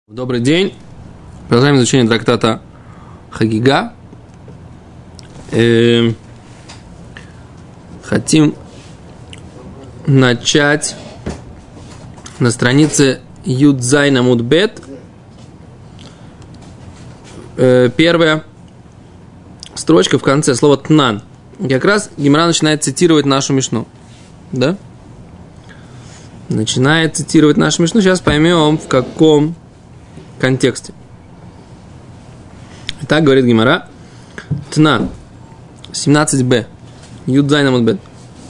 Добрый день. Продолжаем изучение трактата Хагига. Хотим начать на странице Юдзайн Амуд Бет. Первая строчка в конце, слово «тнан». Как раз Гемара начинает цитировать нашу Мишну. Да? Начинает цитировать нашу Мишну. Сейчас поймем, в каком контексте. Итак, говорит Гемара. Тнан. 17b. Юдзайн Амуд Бет.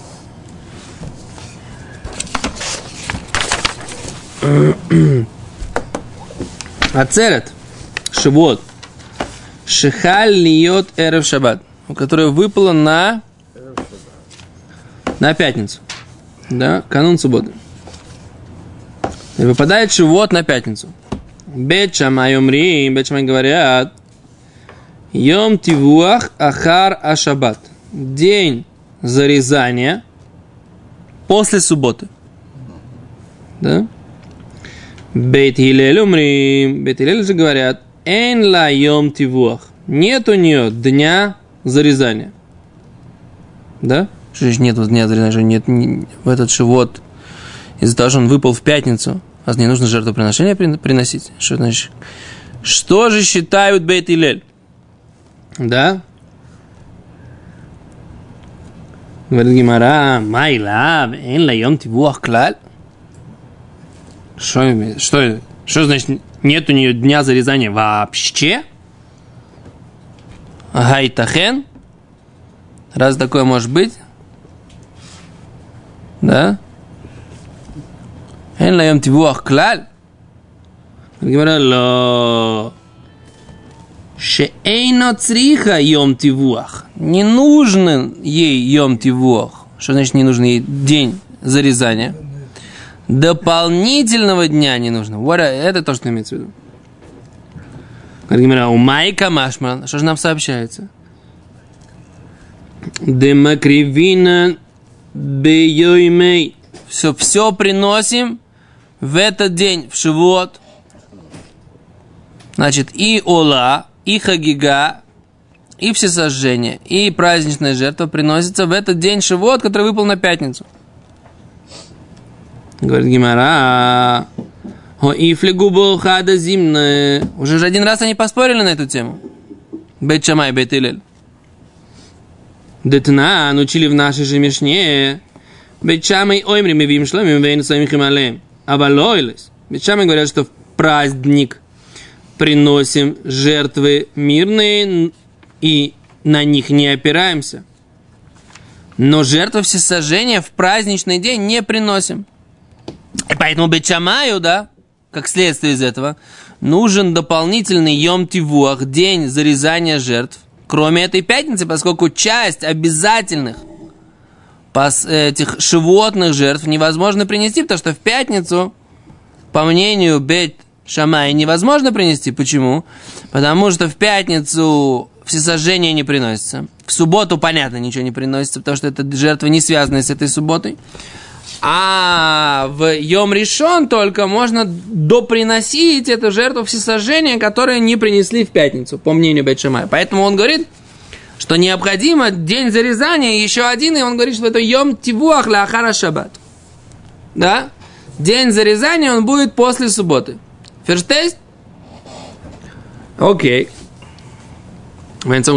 Ацерет. Шивот. Шихаль льет эрев шаббат. Которая выпала на пятницу. Да, канун субботы. И выпадает шивот на пятницу. Бет Шамай умри, Бет Шамай говорят, Йом тивуах ахар ашаббат. День зарезания после субботы. Да? Бет Хилель умри, Бет Хилель же говорят, Эн ла йом тивуах. Нет у нее дня зарезания. Да? Что значит нет дня зарезания? Что нет в этот шивот из-за того, что он выпал в пятницу, а не нужно жертвоприношение приносить. Что значит? Что же считают Бейт Хилель? Да? Говорит Гемара, Майлав, эн ла йом тивуах клаль. Что значит нет у нее дня зарезания вообще? Гайтахен? Раз такое может быть? Да? Эн ла йом тивуах клаль? Говорит, ло. Шеэйно цриха йом тивуах. Не нужен ей йом тивуах. Что значит не нужен ей день зарезания? Дополнительного дня не нужно. Вот это то, что имеется в виду. Говорит Гемара, у майка машман. Что же нам сообщается? Демакривина бейоймей. Все приносим в этот день, в шивот. Значит, и ола, и хагига, и всесожжение, и праздничная жертва приносится в этот день шивот, который выпал на пятницу. Говорит Гемара, уже же один раз они поспорили на эту тему. Бет Шамай, Бет Хилель. Детнан учили в нашей же Мишне. Бет Шамай оймри мы вим шломим вейн своим хималеем. Авалойлес. Бет Шамай говорят, что в праздник приносим жертвы мирные и на них не опираемся. Но жертвы всесожжения в праздничный день не приносим. И поэтому Бет Шамаю, да, как следствие из этого, нужен дополнительный Йом Тивуах, день зарезания жертв, кроме этой пятницы, поскольку часть обязательных этих животных жертв невозможно принести, потому что в пятницу, по мнению Бет Шамай, невозможно принести. Почему? Потому что в пятницу всесожжение не приносится. В субботу, понятно, ничего не приносится, потому что это жертвы не связаны с этой субботой. А в Йом Ришон только можно доприносить эту жертву всесожжения, которую не принесли в пятницу, по мнению Бет Шамая. Поэтому он говорит, что необходимо день зарезания еще один, и он говорит, что это Йом Тивуах лахара шаббат. Да? День зарезания он будет после субботы. Ферштейст? Окей. Но без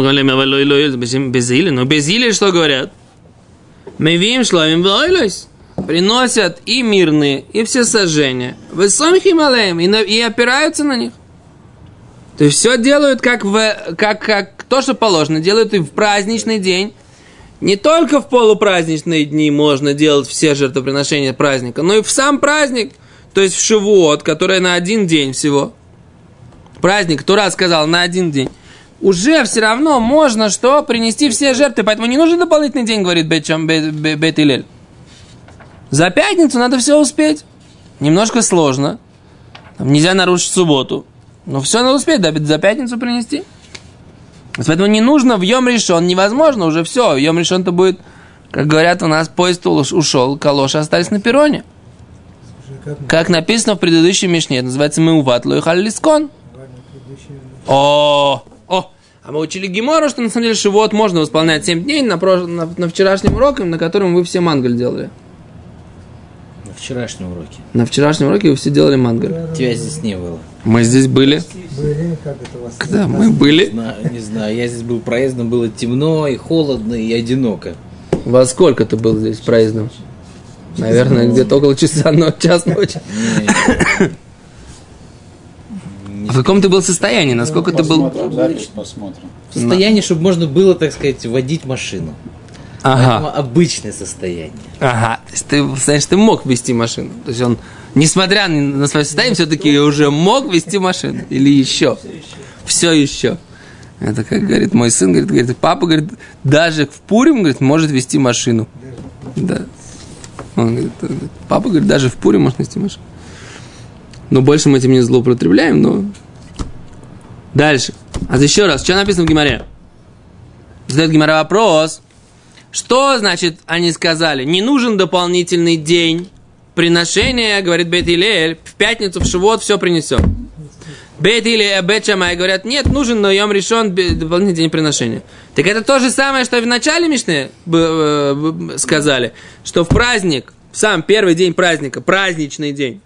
Хилель что говорят? Мы видим шломим войлойс. Приносят и мирные, и все сожжения. Высом хималеем, и опираются на них. То есть все делают как то, что положено. Делают и в праздничный день. Не только в полупраздничные дни можно делать все жертвоприношения праздника, но и в сам праздник. То есть в Шивот, который на один день всего. Праздник, Тора сказал, на один день. Уже все равно можно что? Принести все жертвы. Поэтому не нужен дополнительный день, говорит Бет Хилель. За пятницу надо все успеть. Немножко сложно. Там нельзя нарушить субботу. Но все надо успеть, за пятницу принести. Поэтому не нужно в Йом Ришон. Невозможно, уже все. В Йом Ришон-то будет, как говорят у нас, поезд ушел, калоши остались на перроне. Как написано в предыдущей Мишне. Это называется Меуват Ло Ихаль Лискон. А мы учили Гемору, что на самом деле шивот можно восполнять 7 дней на вчерашнем уроке, на котором вы все мангаль делали. На вчерашнем уроке. На вчерашнем уроке вы все делали мангаль. Тебя здесь не было. Мы здесь были. Когда мы были? Не знаю, я здесь был проездом, было темно и холодно и одиноко. Во сколько ты был здесь проездом? Наверное, где-то около час ночи. А в каком ты был состоянии? Насколько ты был? Посмотрим. В состоянии, чтобы можно было, так сказать, водить машину. Ага. Обычное состояние. Ага. Значит, ты мог вести машину. То есть он, несмотря на свое состояние, все-таки уже мог вести машину. Или еще. Все еще. Это как говорит мой сын, говорит, папа, говорит, даже в Пурим, говорит, может вести машину. Да. Он говорит, папа, говорит, даже в Пурим может вести машину. Но больше мы этим не злоупотребляем, но... Дальше. А еще раз, что написано в Гемаре? Задает Гемара вопрос. Что, значит, они сказали? Не нужен дополнительный день приношения, говорит Бейт Илель, в пятницу, в Шивот все принесем. Бейт Илель, Бейт Шамай говорят, нет, нужен, но Йом Ришон дополнительный день приношения. Так это то же самое, что в начале Мишны сказали, что в праздник, в сам первый день праздника, праздничный день,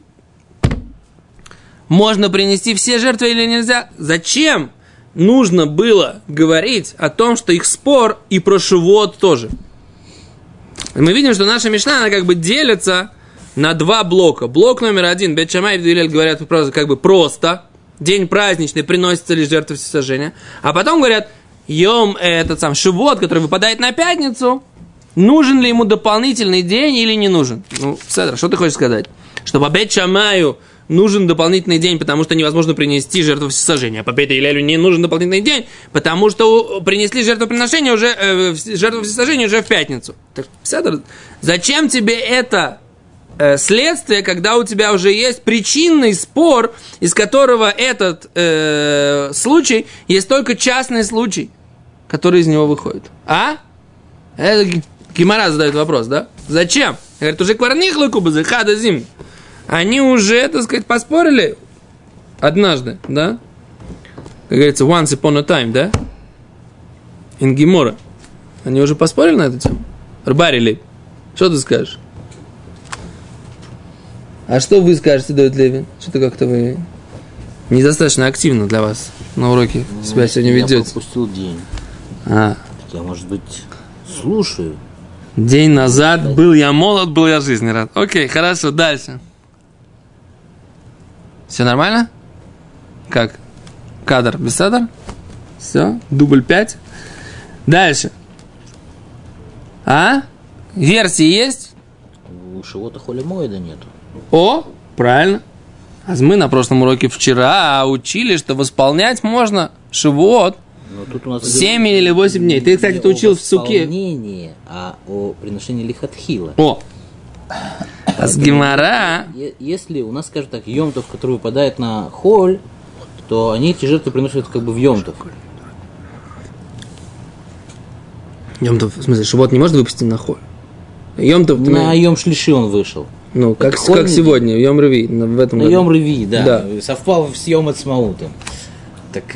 можно принести все жертвы или нельзя? Зачем нужно было говорить о том, что их спор и про Шивот тоже? Мы видим, что наша Мишна, она как бы делится на два блока. Блок номер один, Бейт Шамай и Бейт Илель говорят как бы просто, день праздничный, приносится лишь жертва всесожжения. А потом говорят, Шивот, который выпадает на пятницу, нужен ли ему дополнительный день или не нужен? Ну, Седра, что ты хочешь сказать? Что по Бейт Шамаю нужен дополнительный день, потому что невозможно принести жертву всесожжения. По Бейт Илелю не нужен дополнительный день, потому что принесли жертвоприношение жертву всесожжения уже в пятницу. Так, зачем тебе это следствие, когда у тебя уже есть причинный спор, из которого этот случай есть только частный случай, который из него выходит? А? Это Гемара задает вопрос, да? Зачем? Говорит, уже кварнихлы кубы, хада зим. Они уже, так сказать, поспорили однажды, да? Как говорится, once upon a time, да? In Gemara. Они уже поспорили на эту тему? Рбарили. Что ты скажешь? А что вы скажете, Давид Леви? Что-то как-то вы недостаточно активно для вас на уроке себя сегодня ведете. Я пропустил день. Я, может быть, слушаю. День назад был я молод, был я жизни рад. Окей, хорошо, дальше. Все нормально? Как? Кадр без садр? Все, дубль 5. Дальше. Версии есть? У Шивота Холи Моэда нету. О, правильно. А мы на прошлом уроке вчера учили, что восполнять можно Шивот 7 или 8 дней. Ты, кстати, ты учил в суке. Не о приношении лихатхила. О! А с Гемара... Если у нас, скажем так, Йом-Тов, который выпадает на Холь, то они эти жертвы приносят как бы в Йом-Тов. Йом-Тов, в смысле, Шивот не может выпустить на Холь? Йом-Тов... На Йом-Шлиши он вышел. Ну, как сегодня, Йом Реви, в этом году. Йом Реви, да. Совпал с Йом Ацмаутом. Так...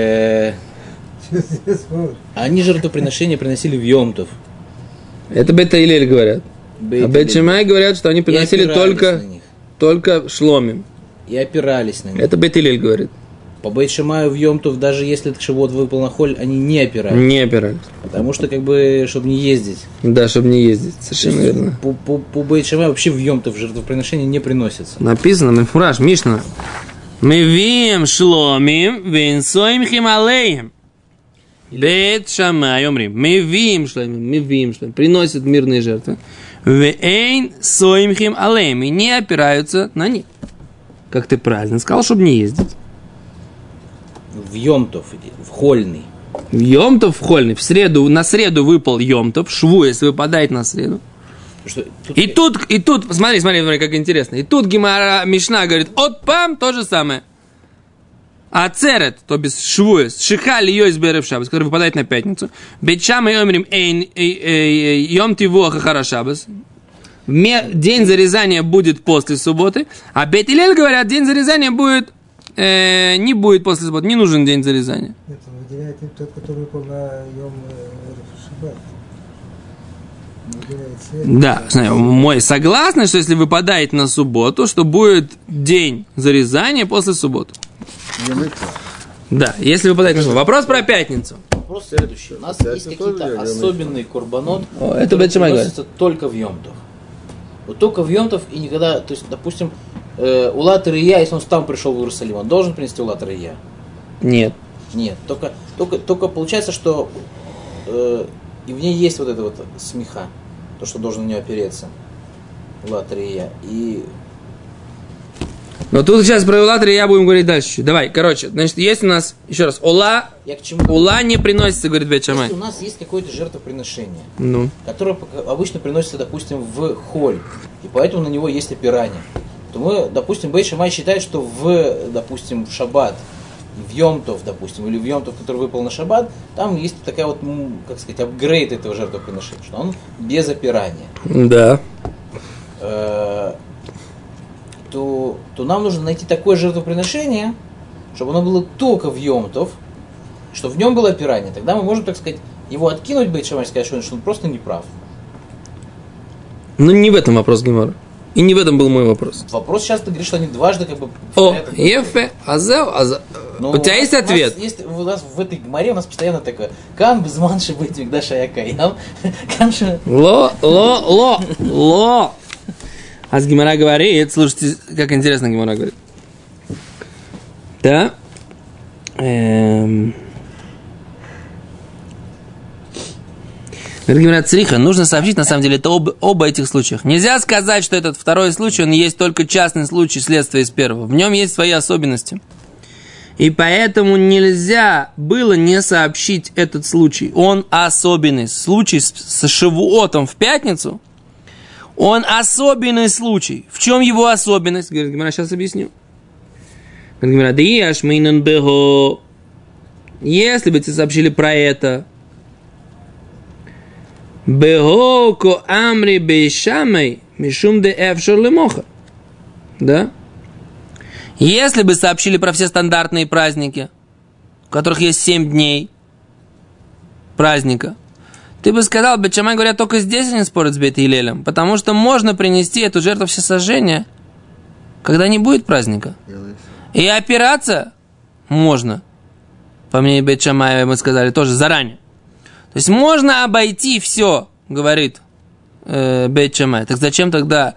Они жертвоприношения приносили в Йом-Тов. Это Бейт Илель говорят. А Бейт Шамай говорят, что они приносили только шломим. И опирались на них. Это Бейт Илель говорит. По Бейт Шамаю в Йом-Тов, даже если этот Шивот выпал на Холь, они не опирались. Не опирались. Потому что, как бы, чтобы не ездить. Да, чтобы не ездить, совершенно верно. По Бейт Шамаю вообще в Йом-Тов жертвоприношения не приносятся. Написано, Мефураж, Мишна. Мы вим шломим, винсоим хималеем. Бейт Шамай, омрим. Мы вим шломим. Приносят мирные жертвы. Вейн соимхим алеем. И не опираются на них. Как ты правильно сказал, чтобы не ездить. В Йом-Тов, в Хольный. В Йом-Тов, в Хольный. На среду выпал Йом-Тов. Шву, если выпадает на среду. И тут, смотри, как интересно. И тут Гемара Мишна говорит, от пам, то же самое. Ацерет, то без швуэс, шихали йойс берев шабас, который выпадает на пятницу. Бейт Шамай омрим эйн йом тивуах ахара шабас. день зарезания будет после субботы, а Бейт Гиллель говорят, день зарезания будет, не будет после субботы, не нужен день зарезания. Нет, он выделяет тот, который выпал на Йом Шаббат. Да, мой согласен, что если выпадает на субботу, что будет день зарезания после субботы. Да, если выпадает на субботу. Вопрос про пятницу. Вопрос следующий. У нас есть какие-то особенные курбанот, это которые приносятся только в Йом-Тов. Вот только в Йом-Тов и никогда, то есть, допустим, Улат Рия, если он сам пришел в Иерусалим, он должен принести Улат Рия? Нет. Нет, только получается, что и в ней есть вот это вот смеха, то, что должен на нее опереться. Улат Рия. И... Но тут сейчас про Улат Рия будем говорить дальше. Давай, короче, значит, есть у нас, еще раз, Ула не приносится, говорит Бейт Шамай. Если у нас есть какое-то жертвоприношение, которое обычно приносится, допустим, в холь, и поэтому на него есть опирание, то мы, допустим, Бейт Шамай считает, что допустим, в шаббат, в Йом-Тов, допустим, или в Йом-Тов, который выпал на шаббат, там есть такая вот, как сказать, апгрейд этого жертвоприношения, что он без опирания. Да. То нам нужно найти такое жертвоприношение, чтобы оно было только в Йом-Тов, чтобы в нем было опирание. Тогда мы можем, так сказать, его откинуть, Бейт Шамай, сказать, что он просто не прав. Ну, не в этом вопрос Гемара. И не в этом был мой вопрос. Вопрос сейчас, ты говоришь, что они дважды как бы... Ефе, у тебя есть ответ? У нас в этой Гемаре у нас постоянно такое: Кан безман шебет мигдаш аякаям. Ло. А с Гемара говорит, слушайте, как интересно Гемара говорит. Да? Гемара Цриха, нужно сообщить, на самом деле, это оба этих случаях. Нельзя сказать, что этот второй случай, он есть только частный случай следствия из первого. В нем есть свои особенности. И поэтому нельзя было не сообщить этот случай. Он особенный. Случай с Шавуотом в пятницу, он особенный случай. В чем его особенность? Говорит Гемара, сейчас объясню. Говорит Гемара, если бы тебе сообщили про это, Бегоко амри бейшамай мишум де эфшор лемоха. Да? Если бы сообщили про все стандартные праздники, у которых есть 7 дней праздника, ты бы сказал, Бейт Шамай говорят, только здесь они спорят с Бейт Гиллелем, потому что можно принести эту жертву всесожжения, когда не будет праздника. И опираться можно. По мнению Бейт Шамая, мы сказали, тоже заранее. То есть можно обойти все, говорит Бейт Шамай. Так зачем тогда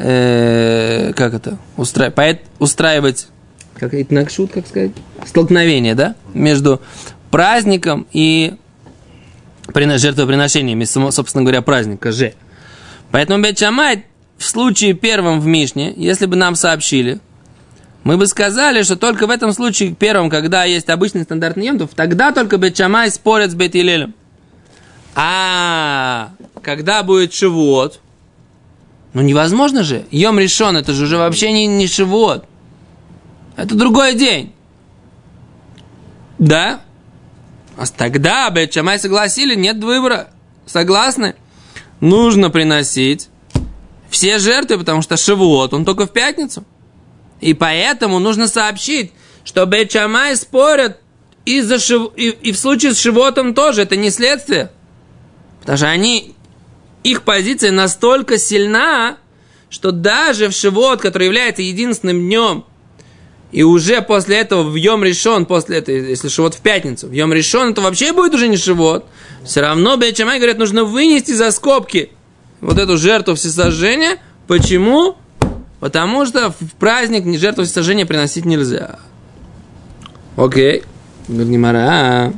устраивать как итнакшут, как сказать, столкновение, да, между праздником и жертвоприношениями, собственно говоря, праздника же. Поэтому Бейт Шамай в случае первом в Мишне, если бы нам сообщили, мы бы сказали, что только в этом случае первом, когда есть обычный стандартный Йом-Тов, тогда только Бейт Шамай спорят с Бейт Гиллелем. А когда будет Шавуот, ну невозможно же. Йом Ришон, это же уже вообще не Шавуот. Это другой день. Да? А тогда Бейт Шамай согласили, нет выбора. Согласны? Нужно приносить все жертвы, потому что Шавуот, он только в пятницу. И поэтому нужно сообщить, что Бейт Шамай спорят и в случае с Шавуотом тоже. Это не следствие. Потому что их позиция настолько сильна, что даже в Шавуот, который является единственным днем, и уже после этого в Йом Ришон, после этого, если Шавуот в пятницу, в Йом Ришон это вообще будет уже не Шавуот, все равно Бейт Шамай говорят, нужно вынести за скобки вот эту жертву всесожжения. Почему? Потому что в праздник жертву всесожжения приносить нельзя. Окей. Гемара.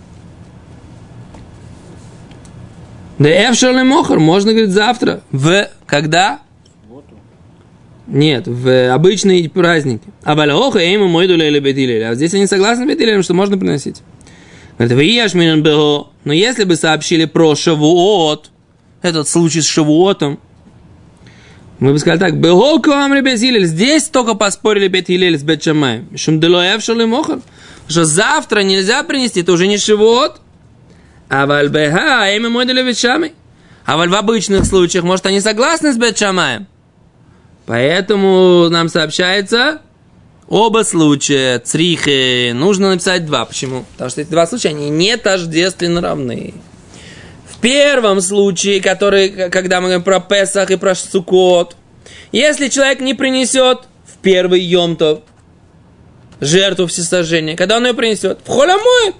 Да эфшор лемохор, можно, говорит, завтра. Когда? Нет, в обычные праздники. А балаоха ему мойду лейли Бейт Гиллель. А здесь они согласны с Бейт Гиллелем, что можно приносить. Говорит, но если бы сообщили про Шавуот, этот случай с Шавуотом, мы бы сказали так, Бегоку амри Бейт Гиллель. Здесь только поспорили Бейт Гиллель с Бейт Шамаем. Шумдело эфшор лемохор. Что завтра нельзя принести, это уже не Шавуот. А А в обычных случаях, может, они согласны с Бет Шамаем? Поэтому нам сообщается, оба случая, црихи, нужно написать два. Почему? Потому что эти два случая, они не тождественно равны. В первом случае, когда мы говорим про Песах и про Суккот, если человек не принесет в первый Йом Тов жертву всесожжения, когда он ее принесет, в Холь Амоэд,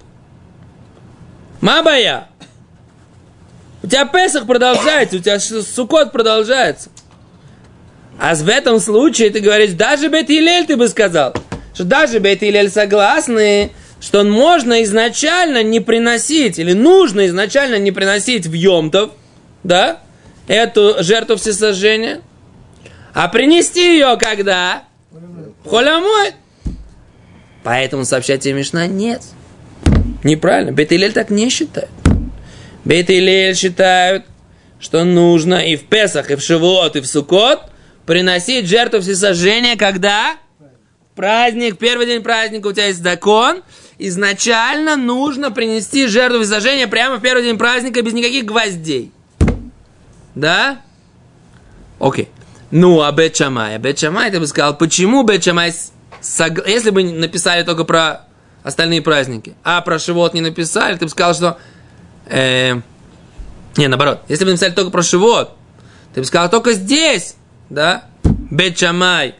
Мабая, у тебя Песах продолжается, у тебя Суккот продолжается. А в этом случае ты говоришь, даже Бет Гилель ты бы сказал, что даже Бет Гилель согласны, что можно изначально не приносить, или нужно изначально не приносить в Йом Тов, да, эту жертву всесожжения, а принести ее когда? В Холь Амоэд. Поэтому сообщать тебе Мишна нет. Неправильно. Бет Гилель так не считает. Бет Гилель считают, что нужно и в Песах, и в Шивот, и в Суккот приносить жертву всесожжения, когда? Праздник, первый день праздника, у тебя есть закон. Изначально нужно принести жертву всесожжения прямо в первый день праздника, без никаких гвоздей. Да? Окей. Ну, а Бет Шамай? Бет Шамай, ты бы сказал, почему Бет Шамай, если бы написали только про остальные праздники, а про Шивот не написали, ты бы сказал, что... Не, наоборот. Если бы написали только про Шивот, ты бы сказал, только здесь, да, Бет Шамай.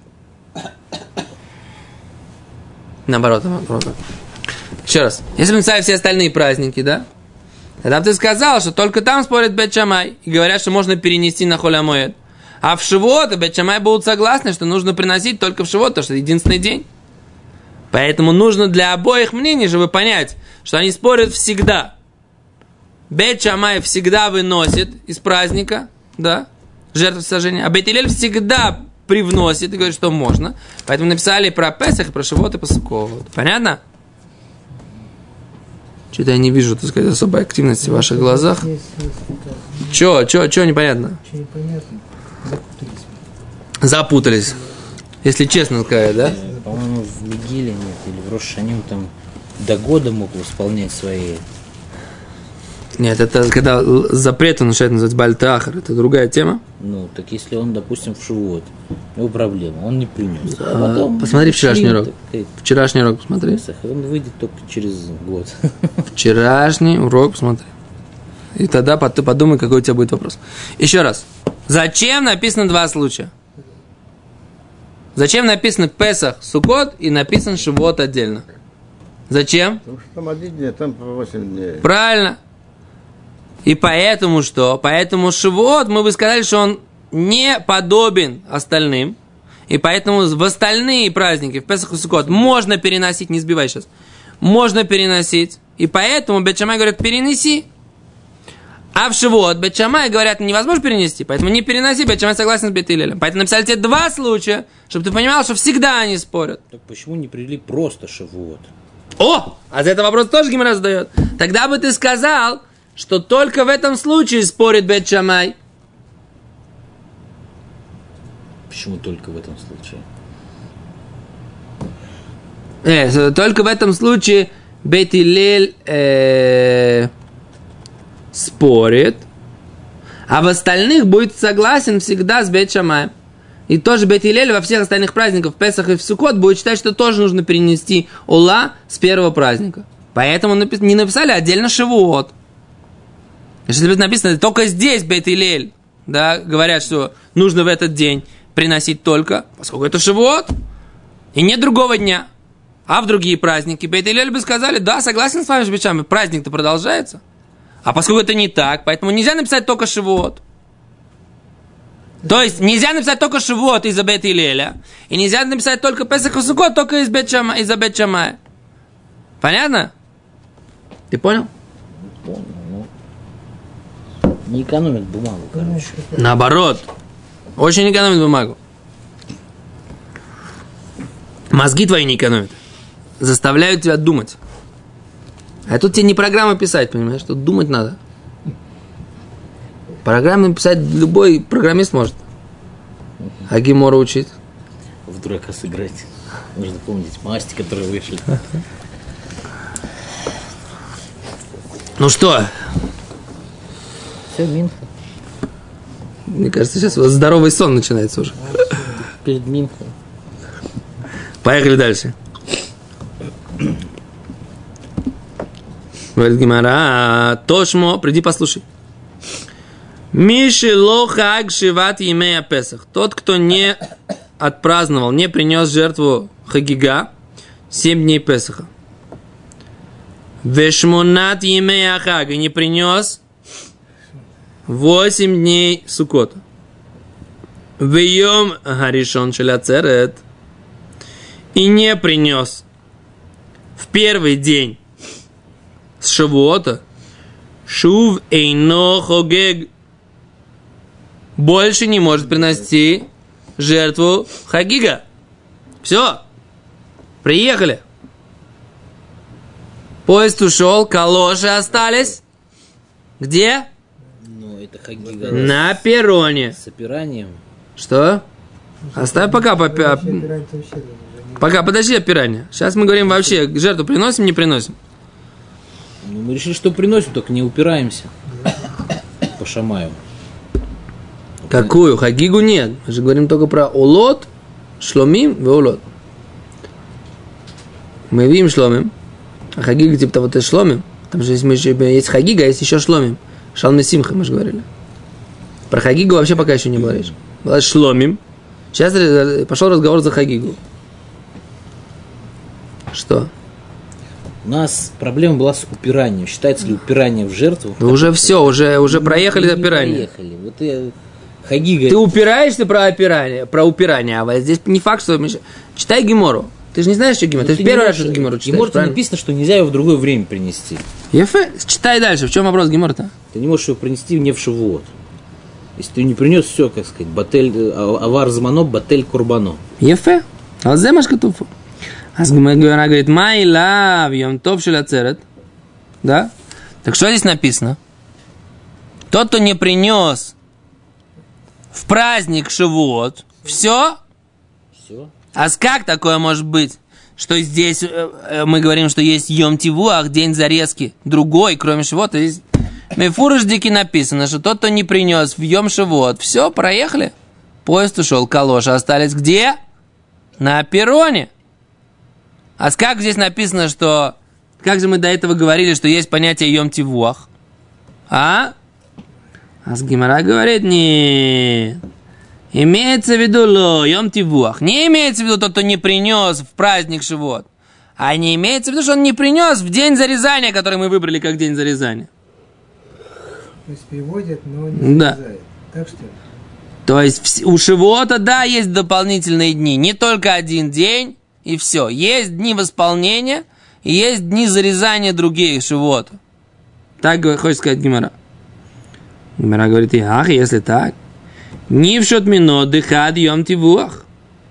Наоборот. Еще раз. Если бы написали все остальные праздники, да, тогда бы ты сказал, что только там спорят Бет Шамай и говорят, что можно перенести на Холь Амоэд. А в Шивот Бет Шамай будут согласны, что нужно приносить только в Шивот, потому что это единственный день. Поэтому нужно для обоих мнений, чтобы понять, что они спорят всегда. Бет Шамай всегда выносит из праздника, да, жертву всесожжения, а Бет Гилель всегда привносит и говорит, что можно. Поэтому написали про Песах, про Шивот и про Суккот. Понятно? Что-то я не вижу, так сказать, особой активности в ваших глазах. Чё непонятно? Чё непонятно? Запутались. Если честно сказать, да? По-моему, в Мегиле нет, или в Рош Шаним там до года мог восполнять свои... Нет, это когда запреты начинают называть Бальтахар, это другая тема. Ну, так если он, допустим, в Шивот, его проблема, он не принес. А потом посмотри вчерашний урок. Вчерашний урок посмотри. Он выйдет только через год. Вчерашний урок посмотри. И тогда ты подумай, какой у тебя будет вопрос. Еще раз. Зачем написано два случая? Зачем написано Песах, Суккот и написан Шивот отдельно? Зачем? Потому что там 1 день, там по 8 дней. Правильно. И поэтому что? Поэтому Шивот, мы бы сказали, что он не подобен остальным. И поэтому в остальные праздники, в Песах и Суккот, можно переносить, не сбивай сейчас, можно переносить. И поэтому Бет Шамай говорят, перенеси. А в Шивот Бет Шамай говорят, невозможно перенести, поэтому не переноси, Бет Шамай согласен с Бет Гилелем. Поэтому написали тебе два случая, чтобы ты понимал, что всегда они спорят. Так почему не привели просто Шивот? О! А за это вопрос тоже Гемара задает. Тогда бы ты сказал, что только в этом случае спорит Бет Шамай. Почему только в этом случае? Только в этом случае Бет Гилель спорит, а в остальных будет согласен всегда с Бет Шамаем. И тоже Бет Гилель во всех остальных праздниках, в Песах и в Суккот, будет считать, что тоже нужно перенести Ола с первого праздника. Поэтому не написали отдельно Шивот. Если будет написано, только здесь Бет Гилель, да, говорят, что нужно в этот день приносить только, поскольку это Шивот, и нет другого дня. А в другие праздники Бет Гилель бы сказали, да, согласен с вами, Бет Шамай, праздник-то продолжается. А поскольку это не так, поэтому нельзя написать только Шивот. То есть нельзя написать только Шивот из-за Бет Гилеля, и нельзя написать только Песах и Суккот только из-за Бет Шамая. Понятно? Ты понял? Понял, ну. Не экономит бумагу, короче. Наоборот. Очень экономит бумагу. Мозги твои не экономят. Заставляют тебя думать. А тут тебе не программу писать, понимаешь? Тут думать надо. Программу писать любой программист может. А Гемора учить? В дурака сыграть. Нужно помнить масти, которые вышли. Ну что? Все, Минха. Мне кажется, сейчас у вас здоровый сон начинается уже. Перед Минха. Поехали дальше. Говорит Гимара, Тошмо, приди послушай. Миши лохаг шиват емея Песах. Тот, кто не отпраздновал, не принес жертву Хагига 7 дней Песаха. Вешмонат емея Хага не принес 8 дней Суккота. Вейом Гаришон Шеляцерет и не принес в первый день с Шавуота Шув Эйно Хогег больше не может принести жертву Хагига. Все. Приехали. Поезд ушел, калоши остались. Где? Ну, это Хагига. На перроне. С опиранием. Что? Оставь пока. Пока, подожди опирание. Сейчас мы говорим вообще, жертву приносим, не приносим. Ну, мы решили, что приносим, только не упираемся. По Шамаю. Какую? Хагигу нет. Мы же говорим только про Олот, Шломим и Олот. Мы видим Шломим. А Хагига типа того, ты Шломим. Там же есть Хагига, а есть еще Шломим. Шалме Симха, мы же говорили. Про Хагигу вообще пока еще не говоришь. Была Шломим. Сейчас пошел разговор за Хагигу. Что? У нас проблема была с упиранием. Считается ли упирание в жертву? Уже все, уже проехали опирание. Проехали. Вот Хагига. Ты упираешься про упирание, а здесь не факт, что... Читай Гемору. Ты же не знаешь, что Гемора. Ты в первый раз что Гемору читаешь, Гемор написано, что нельзя его в другое время принести. Ефе, читай дальше. В чем вопрос Гемора-то? Ты не можешь его принести не в Шавуот. Если ты не принес, все, как сказать, батель, авар замано, батель курбано. Ефе. А вот здесь катуфу. А Гемора говорит, май лав, йом тов шелацерет. Да? Так что здесь написано? Тот, кто не принес в праздник Шавуот, все? Все. А как такое может быть, что здесь мы говорим, что есть Йом Тивуах, день зарезки, другой, кроме Шавуота, есть Мефураж Дики написано, что тот, кто не принес в Йом Шавуот, все, проехали. Поезд ушел, калоши остались где? На перроне. А как здесь написано, что... Как же мы до этого говорили, что есть понятие Йом Тивуах? А Гемара говорит, нет. Имеется в виду Йом Тивуах. Не имеется в виду тот, кто не принес в праздник Шавуот. А не имеется в виду, что он не принес в день зарезания, который мы выбрали как день зарезания. То есть переводят, но не зарезают. Так что ли? То есть у Шавуота, да, есть дополнительные дни. Не только один день, и все. Есть дни восполнения, и есть дни зарезания другие Шавуота. Так хочет сказать Гемара. Гемара говорит, ах, если так, не в счет мино дыхад Йом Тивуах.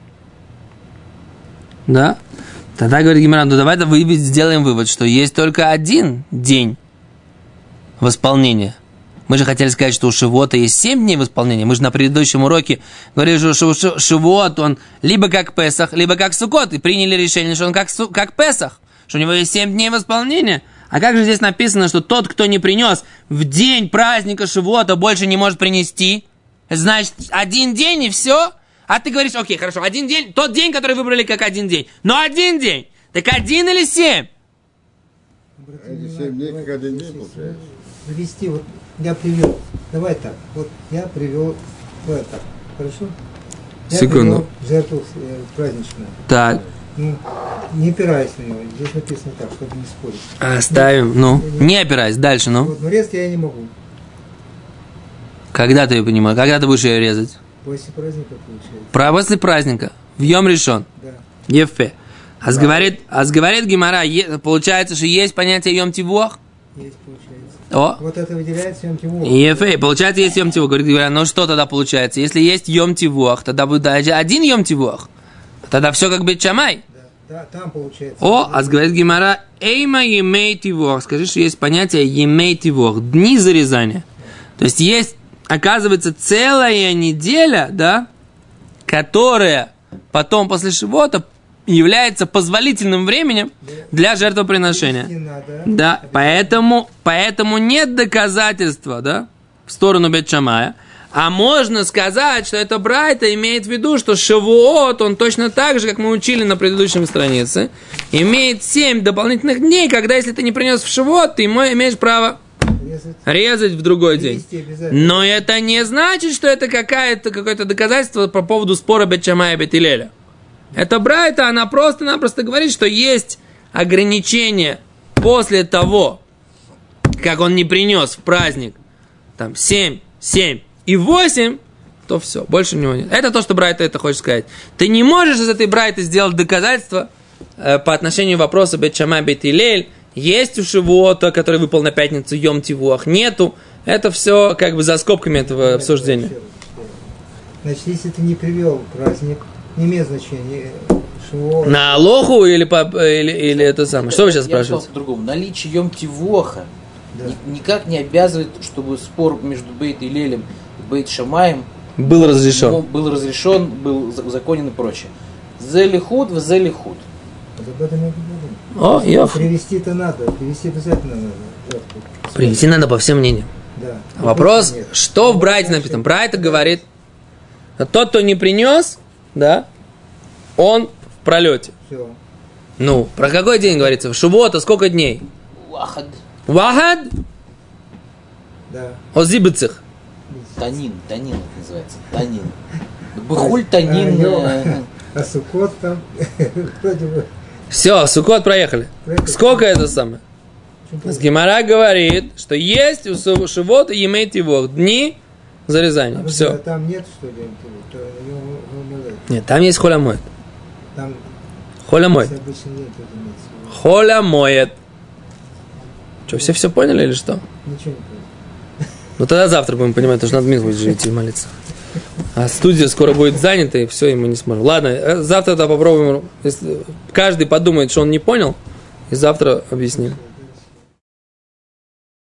Да? Тогда говорит Гемара, ну давай сделаем вывод, что есть только один день восполнения. Мы же хотели сказать, что у Шавуота есть 7 дней восполнения. Мы же на предыдущем уроке говорили, что Шавуот, он либо как Песах, либо как Суккот. И приняли решение, что он как Песах. Что у него есть 7 дней восполнения. А как же здесь написано, что тот, кто не принес в день праздника Шавуота, больше не может принести? Значит, один день и все? А ты говоришь, окей, хорошо, один день, тот день, который выбрали как один день. Но один день. Так 1 или 7? Эти 7 дней как один день получается. Навести, вот я привел, давай так, вот я привел, давай так, хорошо? Я Секунду. привел жертву праздничную. Так. Ну, не опираясь на него, здесь написано так, чтобы не спорить. Оставим, ну, не опирайся, дальше, ну. Вот, но резать я не могу. Когда ты ее понимаешь? Когда ты будешь ее резать? После праздника получается. После праздника. В Йом Ришон. Да. Ефе. Говорит Гемара, получается, что есть понятие Йом Тивуах? Есть, получается. О. Вот это выделяется Йом Тивуах. Ефе. Получается, есть Йом Тивуах. Говорит Гемара, ну что тогда получается? Если есть Йом Тивуах, тогда будет один Йом Тивуах. Тогда все как Бейт Шамай. Да, там получается. О, говорит Гемара, эйма емей тивуах. Скажи, что есть понятие емей тивуах. Дни зарезания. То есть есть, оказывается, целая неделя, да, которая потом после Шивота является позволительным временем для жертвоприношения. Да, поэтому нет доказательства, да, сторону Бейт Шамая. А можно сказать, что это брайта имеет в виду, что Шавуот, он точно так же, как мы учили на предыдущей странице, имеет 7 дополнительных дней, когда если ты не принес в Шавуот, ты имеешь право резать в другой день. Но это не значит, что это какое-то доказательство по поводу спора Бейт Шамая и Бейт Илеля. Это брайта, она просто-напросто говорит, что есть ограничение после того, как он не принес в праздник там 7 и 8, то все, больше у него нет. Это то, что брайта это хочет сказать. Ты не можешь из этой брайты сделать доказательство по отношению вопроса Бейт Шамай, Бейт Илель. Есть у Шивуота, который выпал на пятницу, Йом Тивуах, нету. Это все как бы за скобками этого обсуждения. Значит, если ты не привел праздник, не имеет значения. Шивуот. На Алоху или это самое? Что вы сейчас спрашиваете? По-другому. Наличие Йом Тивуаха никак не обязывает, чтобы спор между Бейт Илелем и Бейт Шамаем был разрешен, был узаконен и прочее. Зелихуд в зелихуд. Привести-то надо, привести обязательно надо. Привести надо по всем мнениям. Да. Вопрос, что в Брайте написано? Брайта говорит, тот, кто не принес, да, он в пролете. Все. Ну, про какой день говорится? В Шивуота сколько дней? Вахад. Вахад? Да. Озибыцих. Танин это называется. Танин. Бахуль танин. А Суккот там вроде бы. Все, Суккот проехали. Сколько это самое? Гемара говорит, что есть у Шивота имеет его дни зарезания. Все. Там нет, что ли? Нет, там есть холя моет. Там холя моет. Холя моет. Что, все поняли или что? Ничего не понял. Ну тогда завтра будем понимать, потому что надо Минху идти молиться. А студия скоро будет занята, и все, и мы не сможем. Ладно, завтра тогда попробуем. Если каждый подумает, что он не понял, и завтра объясним.